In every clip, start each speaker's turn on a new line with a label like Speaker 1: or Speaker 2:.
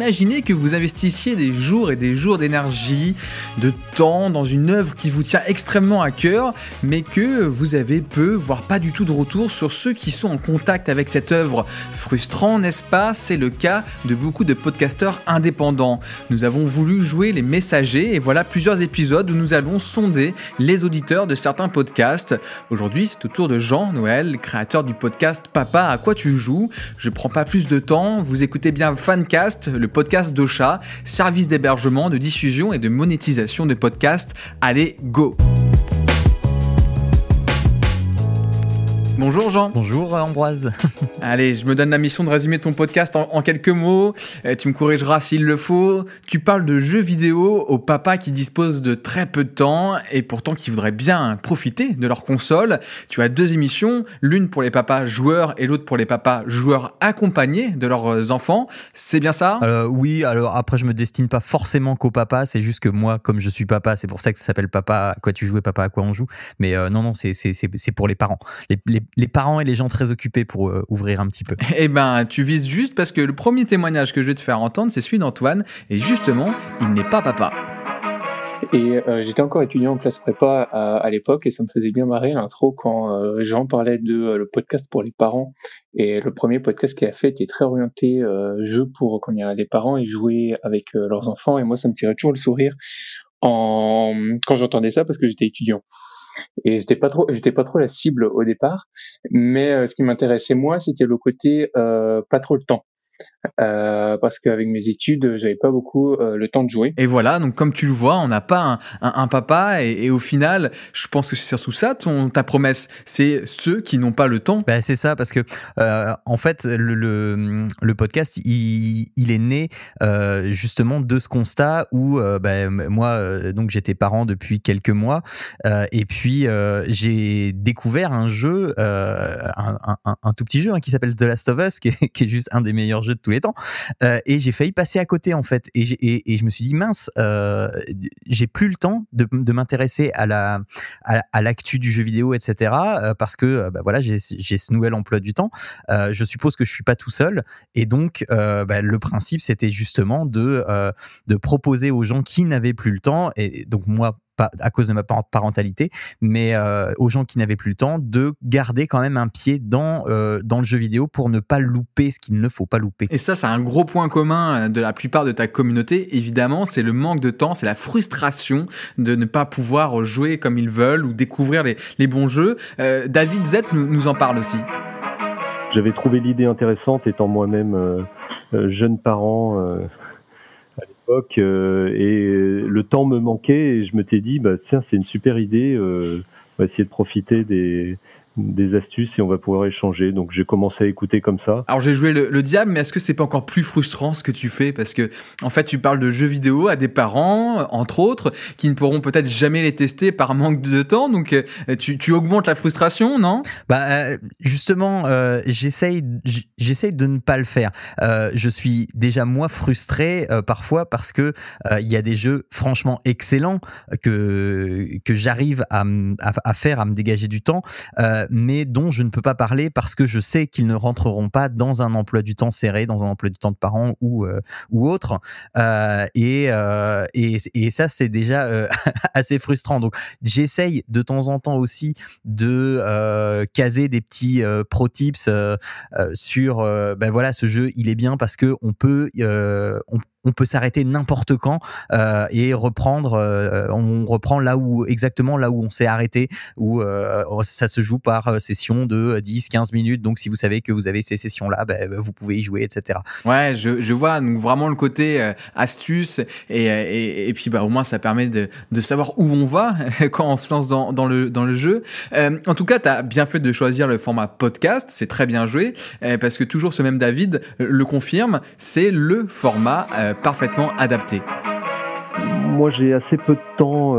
Speaker 1: Imaginez que vous investissiez des jours et des jours d'énergie, de temps dans une œuvre qui vous tient extrêmement à cœur, mais que vous avez peu, voire pas du tout de retour sur ceux qui sont en contact avec cette œuvre. Frustrant, n'est-ce pas? C'est le cas de beaucoup de podcasteurs indépendants. Nous avons voulu jouer les messagers et voilà plusieurs épisodes où nous allons sonder les auditeurs de certains podcasts. Aujourd'hui, c'est au tour de Jean-Noël, créateur du podcast Papa, à quoi tu joues? Je prends pas plus de temps, vous écoutez bien Fancast, le podcast d'Ocha, service d'hébergement, de diffusion et de monétisation de podcasts. Allez, go! Bonjour Jean.
Speaker 2: Bonjour Ambroise.
Speaker 1: Allez, je me donne la mission de résumer ton podcast en quelques mots. Tu me corrigeras s'il le faut. Tu parles de jeux vidéo aux papas qui disposent de très peu de temps et pourtant qui voudraient bien profiter de leur console. Tu as 2 émissions, l'une pour les papas joueurs et l'autre pour les papas joueurs accompagnés de leurs enfants. C'est bien ça?
Speaker 2: Oui, alors après je me destine pas forcément qu'aux papas, c'est juste que moi, comme je suis papa, c'est pour ça que ça s'appelle Papa à quoi tu joues et Papa à quoi on joue. Mais non, c'est pour les parents. Les parents et les gens très occupés pour ouvrir un petit peu.
Speaker 1: Eh ben, tu vises juste parce que le premier témoignage que je vais te faire entendre, c'est celui d'Antoine. Et justement, il n'est pas papa.
Speaker 3: Et j'étais encore étudiant en classe prépa à l'époque et ça me faisait bien marrer l'intro quand Jean parlait de le podcast pour les parents. Et le premier podcast qu'il a fait était très orienté jeu pour quand il y a des parents et jouer avec leurs enfants. Et moi, ça me tirait toujours le sourire quand j'entendais ça parce que j'étais étudiant. Et j'étais pas trop la cible au départ, mais ce qui m'intéressait moi, c'était le côté pas trop le temps. Parce qu'avec mes études, j'avais pas beaucoup le temps de jouer.
Speaker 1: Et voilà, donc comme tu le vois, on n'a pas un papa et au final, je pense que c'est surtout ça ta promesse, c'est ceux qui n'ont pas le temps.
Speaker 2: Ben, c'est ça, parce que en fait, le podcast, il est né justement de ce constat où moi, donc j'étais parent depuis quelques mois et puis j'ai découvert un jeu, un tout petit jeu qui s'appelle The Last of Us, qui est juste un des meilleurs jeux de tous les temps, et j'ai failli passer à côté en fait, et je me suis dit mince, j'ai plus le temps de m'intéresser à l'actu du jeu vidéo, etc., parce que voilà, j'ai ce nouvel emploi du temps. Je suppose que je suis pas tout seul, et donc le principe c'était justement de proposer aux gens qui n'avaient plus le temps, et donc moi pas à cause de ma parentalité, mais aux gens qui n'avaient plus le temps, de garder quand même un pied dans le jeu vidéo pour ne pas louper ce qu'il ne faut pas louper.
Speaker 1: Et ça, c'est un gros point commun de la plupart de ta communauté, évidemment, c'est le manque de temps, c'est la frustration de ne pas pouvoir jouer comme ils veulent ou découvrir les bons jeux. David Z nous en parle aussi.
Speaker 4: J'avais trouvé l'idée intéressante étant moi-même jeune parent à l'époque, et le temps me manquait et je me t'ai dit tiens, c'est une super idée, on va essayer de profiter des astuces et on va pouvoir échanger. Donc j'ai commencé à écouter comme ça.
Speaker 1: Alors j'ai joué le diable, mais est-ce que c'est pas encore plus frustrant ce que tu fais? Parce que en fait tu parles de jeux vidéo à des parents, entre autres, qui ne pourront peut-être jamais les tester par manque de temps, donc tu augmentes la frustration, non?
Speaker 2: Justement, j'essaye de ne pas le faire. Je suis déjà moi frustré parfois parce que il y a des jeux franchement excellents que j'arrive à faire, à me dégager du temps, mais dont je ne peux pas parler parce que je sais qu'ils ne rentreront pas dans un emploi du temps serré, dans un emploi du temps de parents ou autre, et ça c'est déjà assez frustrant. Donc j'essaye de temps en temps aussi de caser des petits pro tips sur voilà, ce jeu il est bien parce que on peut s'arrêter n'importe quand et reprendre. On reprend exactement là où on s'est arrêté, où ça se joue par session de 10-15 minutes. Donc, si vous savez que vous avez ces sessions-là, vous pouvez y jouer, etc.
Speaker 1: Ouais, je vois donc vraiment le côté astuce et puis au moins ça permet de savoir où on va quand on se lance dans le jeu. En tout cas, tu as bien fait de choisir le format podcast, c'est très bien joué parce que toujours ce même David le confirme, c'est le format parfaitement adapté.
Speaker 4: Moi, j'ai assez peu de temps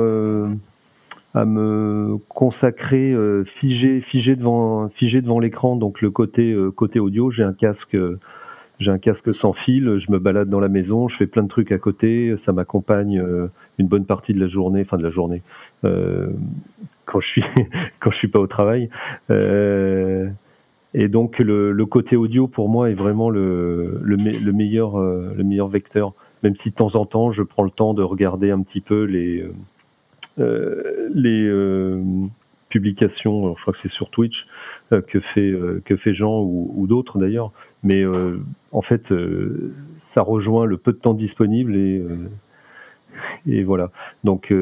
Speaker 4: à me consacrer figé devant l'écran. Donc le côté audio, j'ai un casque sans fil, je me balade dans la maison, je fais plein de trucs à côté, ça m'accompagne une bonne partie de la journée, quand je suis pas au travail. Et donc le côté audio pour moi est vraiment le meilleur vecteur. Même si de temps en temps je prends le temps de regarder un petit peu les publications, alors je crois que c'est sur Twitch que fait Jean ou d'autres d'ailleurs. Mais en fait, ça rejoint le peu de temps disponible et voilà. Donc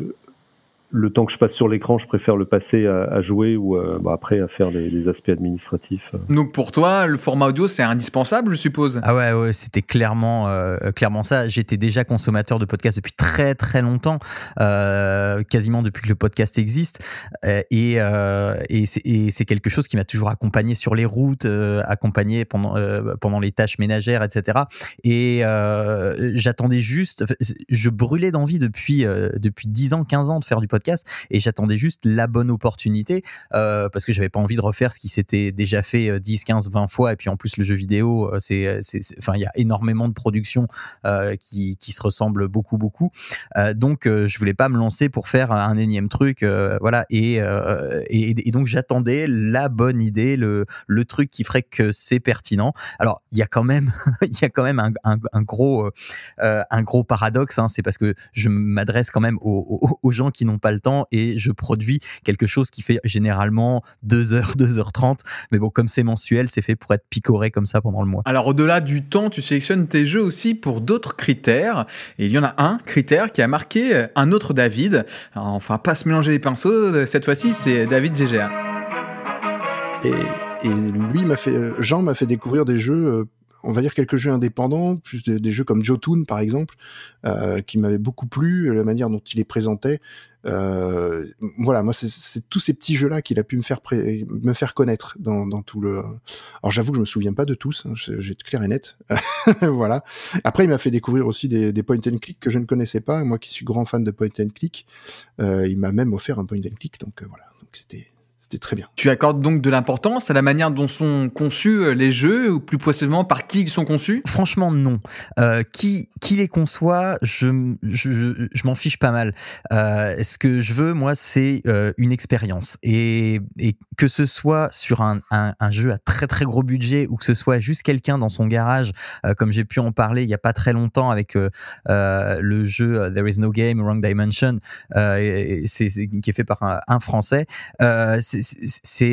Speaker 4: le temps que je passe sur l'écran, je préfère le passer à jouer ou après à faire les aspects administratifs.
Speaker 1: Donc pour toi, le format audio, c'est indispensable, je suppose.
Speaker 2: Ah ouais, c'était clairement ça. J'étais déjà consommateur de podcasts depuis très très longtemps, quasiment depuis que le podcast existe. Et c'est quelque chose qui m'a toujours accompagné sur les routes, accompagné pendant les tâches ménagères, etc. Et j'attendais juste, je brûlais d'envie depuis 10 ans, 15 ans de faire du podcast, et j'attendais juste la bonne opportunité parce que j'avais pas envie de refaire ce qui s'était déjà fait 10, 15, 20 fois. Et puis en plus le jeu vidéo, il y a énormément de productions qui se ressemblent beaucoup. Donc je voulais pas me lancer pour faire un énième truc, voilà. Et donc j'attendais la bonne idée, le truc qui ferait que c'est pertinent. Alors il y a quand même un gros paradoxe, hein, c'est parce que je m'adresse quand même aux gens qui n'ont pas le temps, et je produis quelque chose qui fait généralement 2h, 2h30, mais bon, comme c'est mensuel, c'est fait pour être picoré comme ça pendant le mois.
Speaker 1: Alors au-delà du temps, tu sélectionnes tes jeux aussi pour d'autres critères, et il y en a un critère qui a marqué un autre David. Alors, enfin, pas se mélanger les pinceaux, cette fois-ci c'est David GGA.
Speaker 5: Et lui Jean m'a fait découvrir des jeux, on va dire quelques jeux indépendants, plus des jeux comme Jotun par exemple, qui m'avaient beaucoup plu, la manière dont il les présentait. Voilà, moi c'est tous ces petits jeux-là qu'il a pu me faire connaître dans tout le. Alors j'avoue que je me souviens pas de tous, hein, j'ai clair et net. Voilà. Après il m'a fait découvrir aussi des point and click que je ne connaissais pas. Moi qui suis grand fan de point and click, il m'a même offert un point and click, donc voilà. Donc c'était très bien.
Speaker 1: Tu accordes donc de l'importance à la manière dont sont conçus les jeux, ou plus précisément par qui ils sont conçus ?
Speaker 2: Franchement, non. Qui les conçoit, je m'en fiche pas mal. Ce que je veux, moi, c'est une expérience. Et que ce soit sur un jeu à très très gros budget, ou que ce soit juste quelqu'un dans son garage, comme j'ai pu en parler il y a pas très longtemps avec le jeu There Is No Game, Wrong Dimension, qui est fait par un Français. C'est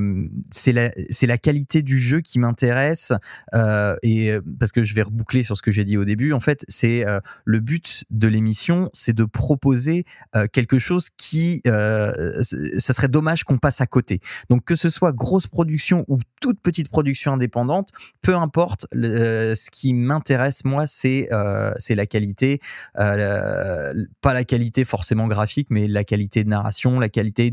Speaker 2: la qualité du jeu qui m'intéresse, et parce que je vais reboucler sur ce que j'ai dit au début. En fait, c'est le but de l'émission, c'est de proposer quelque chose qui, ça serait dommage qu'on passe à côté. Donc que ce soit grosse production ou toute petite production indépendante, peu importe. Ce qui m'intéresse moi, c'est la qualité, pas la qualité forcément graphique, mais la qualité de narration, la qualité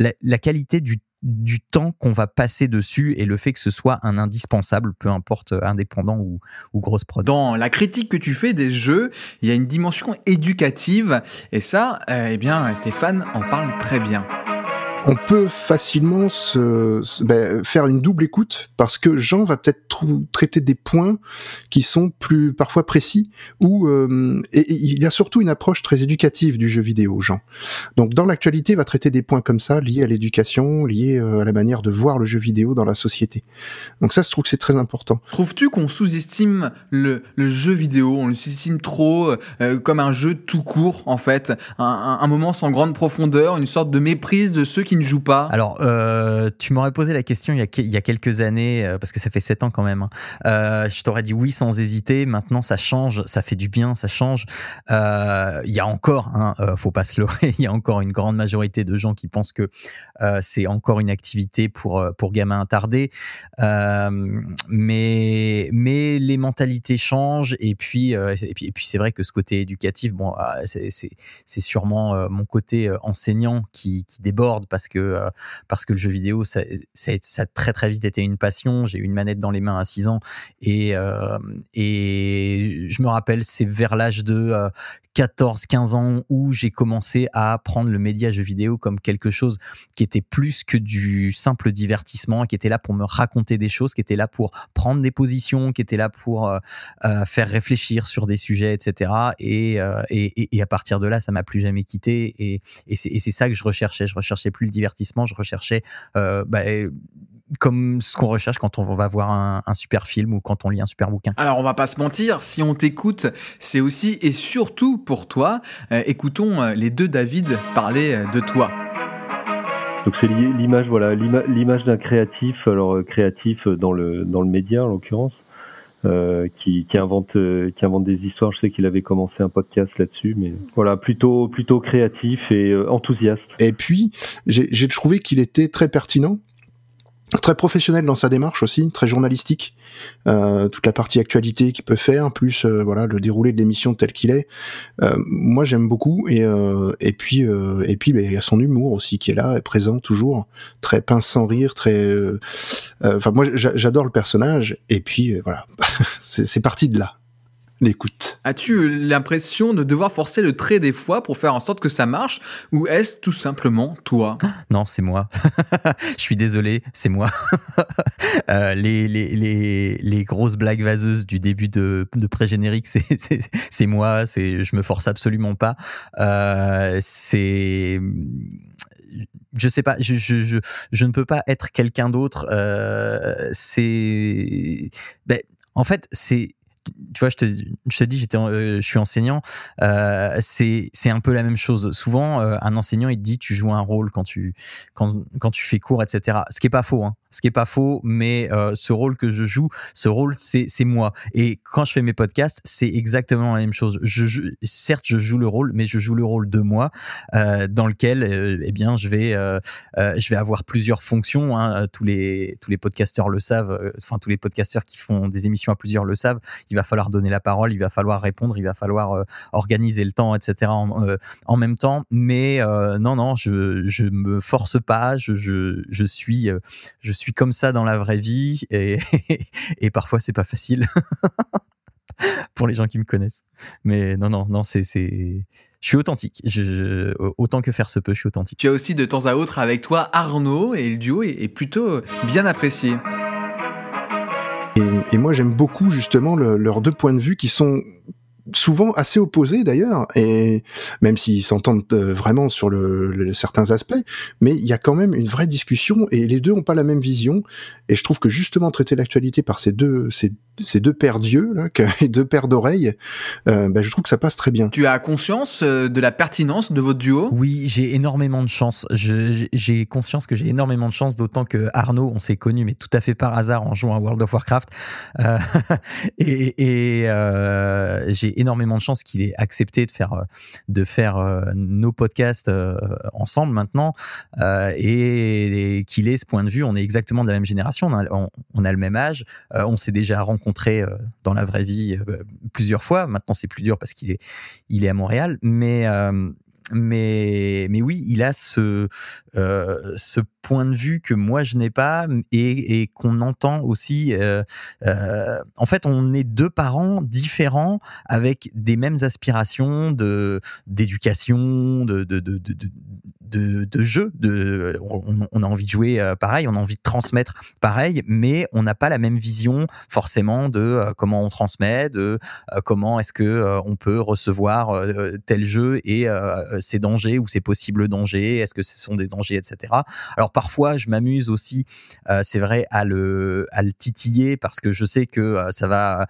Speaker 2: du temps qu'on va passer dessus, et le fait que ce soit un indispensable, peu importe indépendant ou grosse prod.
Speaker 1: Dans la critique que tu fais des jeux, il y a une dimension éducative, et ça, tes fans en parlent très bien.
Speaker 5: On peut facilement faire une double écoute, parce que Jean va peut-être traiter des points qui sont plus parfois précis, et il y a surtout une approche très éducative du jeu vidéo, Jean. Donc dans l'actualité, il va traiter des points comme ça, liés à l'éducation, liés à la manière de voir le jeu vidéo dans la société. Donc ça, je trouve que c'est très important.
Speaker 1: Trouves-tu qu'on sous-estime le jeu vidéo ? On le sous-estime trop comme un jeu tout court, en fait, un moment sans grande profondeur, une sorte de méprise de ceux qui ne joue pas.
Speaker 2: Alors, tu m'aurais posé la question il y a quelques années, parce que ça fait 7 ans quand même, hein. Je t'aurais dit oui sans hésiter. Maintenant, ça change, ça fait du bien, ça change. Il y a encore, faut pas se leurrer, il y a encore une grande majorité de gens qui pensent que c'est encore une activité pour gamins attardés. Mais les mentalités changent, et puis c'est vrai que ce côté éducatif, c'est sûrement mon côté enseignant qui déborde, parce que le jeu vidéo, ça a très très vite été une passion. J'ai eu une manette dans les mains à 6 ans, et je me rappelle, c'est vers l'âge de 14-15 ans où j'ai commencé à prendre le média jeu vidéo comme quelque chose qui était plus que du simple divertissement, qui était là pour me raconter des choses, qui était là pour prendre des positions, qui était là pour faire réfléchir sur des sujets, etc. Et à partir de là, ça m'a plus jamais quitté, et c'est ça que je recherchais. Je recherchais plus le divertissement, je recherchais comme ce qu'on recherche quand on va voir un super film ou quand on lit un super bouquin.
Speaker 1: Alors on va pas se mentir, si on t'écoute, c'est aussi et surtout pour toi. Écoutons les deux David parler de toi.
Speaker 4: Donc c'est l'image, voilà, l'image d'un créatif, alors créatif dans le média en l'occurrence, qui invente des histoires. Je sais qu'il avait commencé un podcast là-dessus, mais voilà, plutôt créatif et enthousiaste.
Speaker 5: Et puis j'ai trouvé qu'il était très pertinent, très professionnel dans sa démarche aussi, très journalistique. Toute la partie actualité qu'il peut faire, plus voilà, le déroulé de l'émission tel qu'il est. Moi j'aime beaucoup, et puis il y a son humour aussi qui est là, est présent toujours, très pince sans rire, très enfin moi j'adore le personnage, et puis voilà, c'est parti de là. L'écoute.
Speaker 1: As-tu l'impression de devoir forcer le trait des fois pour faire en sorte que ça marche, ou est-ce tout simplement toi ?
Speaker 2: Non, c'est moi. Je suis désolé, c'est moi. Les grosses blagues vaseuses du début de pré-générique, c'est moi. Je me force absolument pas. Je sais pas, je ne peux pas être quelqu'un d'autre. En fait, c'est. Tu vois, je te dis, je suis enseignant. C'est un peu la même chose. Souvent, un enseignant, il te dit, tu joues un rôle quand tu fais cours, etc. Ce qui est pas faux, hein. Ce qui est pas faux, mais ce rôle que je joue, ce rôle, c'est moi. Et quand je fais mes podcasts, c'est exactement la même chose. Certes, je joue le rôle, mais je joue le rôle de moi, dans lequel, eh bien, je vais avoir plusieurs fonctions. Hein. Tous les podcasteurs le savent. Enfin, tous les podcasteurs qui font des émissions à plusieurs le savent. Il va falloir donner la parole, il va falloir répondre, il va falloir organiser le temps, etc. en même temps. Mais non, je me force pas. Je suis comme ça dans la vraie vie, et parfois c'est pas facile pour les gens qui me connaissent. Mais non, je suis authentique. Autant que faire se peut, je suis authentique.
Speaker 1: Tu as aussi de temps à autre avec toi Arnaud, et le duo est plutôt bien apprécié.
Speaker 5: Et moi j'aime beaucoup justement leurs deux points de vue qui sont souvent assez opposés d'ailleurs, et même s'ils s'entendent vraiment sur certains aspects, mais il y a quand même une vraie discussion, et les deux ont pas la même vision, et je trouve que justement traiter l'actualité par ces deux paires d'yeux là, et deux paires d'oreilles, je trouve que ça passe très bien.
Speaker 1: Tu as conscience de la pertinence de votre duo ?
Speaker 2: Oui, j'ai énormément de chance. J'ai conscience que j'ai énormément de chance, d'autant que Arnaud, on s'est connus, mais tout à fait par hasard en jouant à World of Warcraft. Et j'ai énormément de chance qu'il ait accepté de faire nos podcasts ensemble maintenant, et qu'il ait ce point de vue. On est exactement de la même génération, on a le même âge, on s'est déjà rencontrés dans la vraie vie plusieurs fois. Maintenant, c'est plus dur parce qu'il est à Montréal, mais oui, il a ce point de vue que moi je n'ai pas, et qu'on entend aussi. En fait, on est deux parents différents avec des mêmes aspirations d'éducation, de jeu. On a envie de jouer pareil, on a envie de transmettre pareil, mais on n'a pas la même vision forcément de comment on transmet, de comment est-ce que on peut recevoir tel jeu et ses dangers ou ses possibles dangers, est-ce que ce sont des dangers, etc. Alors parfois je m'amuse aussi, c'est vrai, à le titiller, parce que je sais que ça va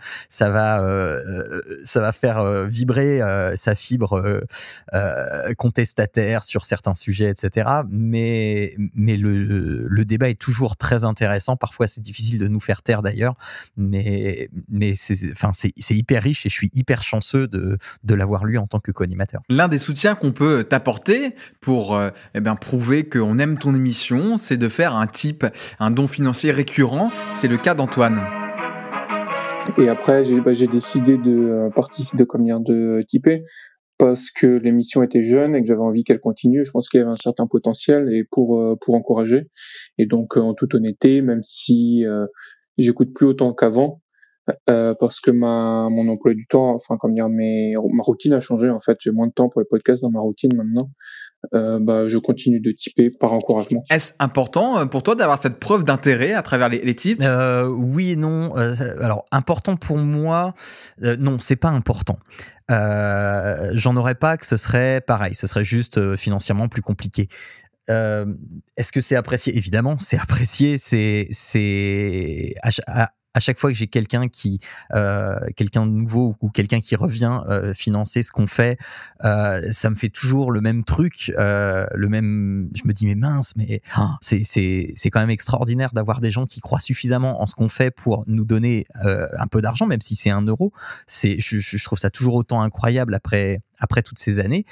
Speaker 2: faire vibrer sa fibre contestataire sur certains sujets, etc. Mais le débat est toujours très intéressant. Parfois c'est difficile de nous faire taire d'ailleurs, mais c'est hyper riche, et je suis hyper chanceux de l'avoir lu en tant que co-animateur.
Speaker 1: L'un des soutiens qu'on peut t'apporter pour prouver qu'on aime ton émission, c'est de faire un don financier récurrent. C'est le cas d'Antoine.
Speaker 3: Et après, j'ai décidé de tiper, parce que l'émission était jeune et que j'avais envie qu'elle continue. Je pense qu'il y avait un certain potentiel, et pour encourager. Et donc, en toute honnêteté, même si j'écoute plus autant qu'avant, parce que mon emploi du temps, ma routine a changé. En fait, j'ai moins de temps pour les podcasts dans ma routine maintenant. Je continue de tiper par encouragement.
Speaker 1: Est-ce important pour toi d'avoir cette preuve d'intérêt à travers les tips ?
Speaker 2: Oui et non. Alors, important pour moi, non, c'est pas important. J'en aurais pas, que ce serait pareil, ce serait juste financièrement plus compliqué. est-ce que c'est apprécié ? Évidemment, c'est apprécié. C'est à chaque fois que j'ai quelqu'un de nouveau ou quelqu'un qui revient financer ce qu'on fait, ça me fait toujours le même truc, je me dis mais mince, mais c'est quand même extraordinaire d'avoir des gens qui croient suffisamment en ce qu'on fait pour nous donner un peu d'argent, même si c'est 1 euro. Je trouve ça toujours autant incroyable après toutes ces années.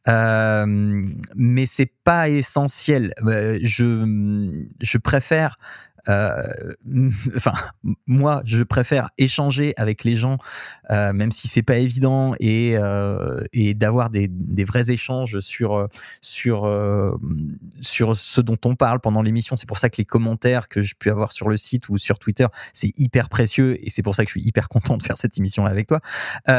Speaker 2: Mais c'est pas essentiel. Je préfère moi, je préfère échanger avec les gens, même si c'est pas évident, et d'avoir des vrais échanges sur ce dont on parle pendant l'émission. C'est pour ça que les commentaires que j'ai pu avoir sur le site ou sur Twitter, c'est hyper précieux, et c'est pour ça que je suis hyper content de faire cette émission avec toi.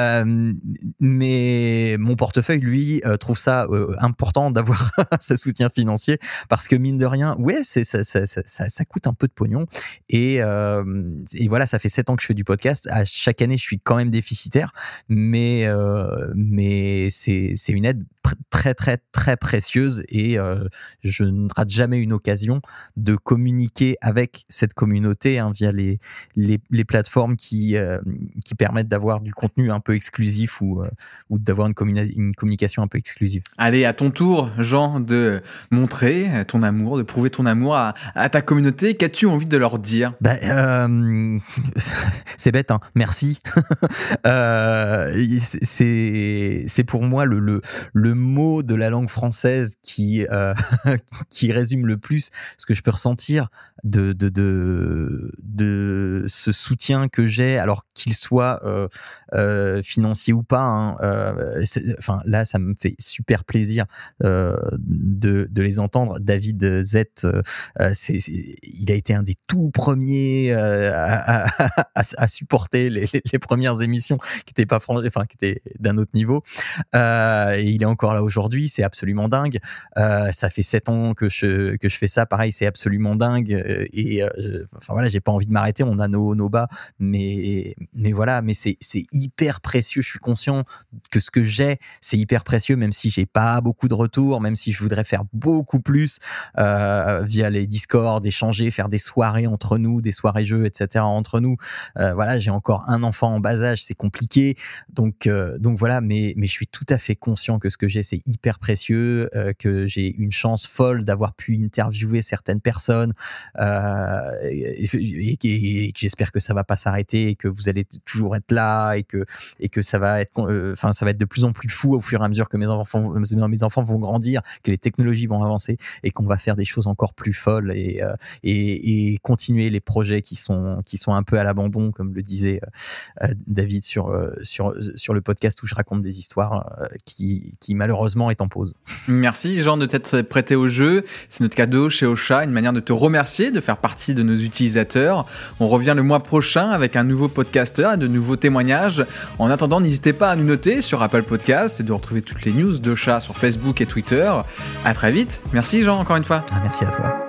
Speaker 2: Mais mon portefeuille, lui, trouve ça important d'avoir ce soutien financier, parce que mine de rien, ouais, ça coûte un peu de pognon, et voilà, ça fait 7 ans que je fais du podcast. À chaque année, je suis quand même déficitaire, mais c'est une aide très très très précieuse, et je ne rate jamais une occasion de communiquer avec cette communauté via les plateformes qui permettent d'avoir du contenu un peu exclusif ou d'avoir une communication un peu exclusive.
Speaker 1: Allez, à ton tour, Jean, de montrer ton amour, de prouver ton amour à ta communauté. Qu'as-tu envie de leur dire ?
Speaker 2: C'est bête, hein. Merci. C'est pour moi le mot de la langue française qui résume le plus ce que je peux ressentir de ce soutien que j'ai, alors qu'il soit financier ou pas. Là, ça me fait super plaisir de les entendre. David Z, il a été un des tout premiers à supporter les premières émissions qui étaient qui étaient d'un autre niveau. Et il est encore là aujourd'hui, c'est absolument dingue. Ça fait 7 ans que je fais ça, pareil, c'est absolument dingue. J'ai pas envie de m'arrêter, on a nos bas, mais voilà, mais c'est hyper précieux. Je suis conscient que ce que j'ai, c'est hyper précieux, même si j'ai pas beaucoup de retours, même si je voudrais faire beaucoup plus via les Discord, échanger, faire des soirées entre nous, des soirées jeux, etc. entre nous. J'ai encore un enfant en bas âge, c'est compliqué, donc voilà, mais je suis tout à fait conscient que ce que j'ai, c'est hyper précieux, que j'ai une chance folle d'avoir pu interviewer certaines personnes, et que j'espère que ça va pas s'arrêter, et que vous allez toujours être là, et que ça va être de plus en plus fou au fur et à mesure que mes enfants vont grandir, que les technologies vont avancer, et qu'on va faire des choses encore plus folles, et continuer les projets qui sont un peu à l'abandon, comme le disait David sur le podcast où je raconte des histoires qui malheureusement est en pause.
Speaker 1: Merci Jean de t'être prêté au jeu. C'est notre cadeau chez Ocha, une manière de te remercier de faire partie de nos utilisateurs. On revient le mois prochain avec un nouveau podcasteur et de nouveaux témoignages. En attendant, n'hésitez pas à nous noter sur Apple Podcasts et de retrouver toutes les news d'Ocha sur Facebook et Twitter. À très vite. Merci Jean, encore une fois.
Speaker 2: Merci à toi.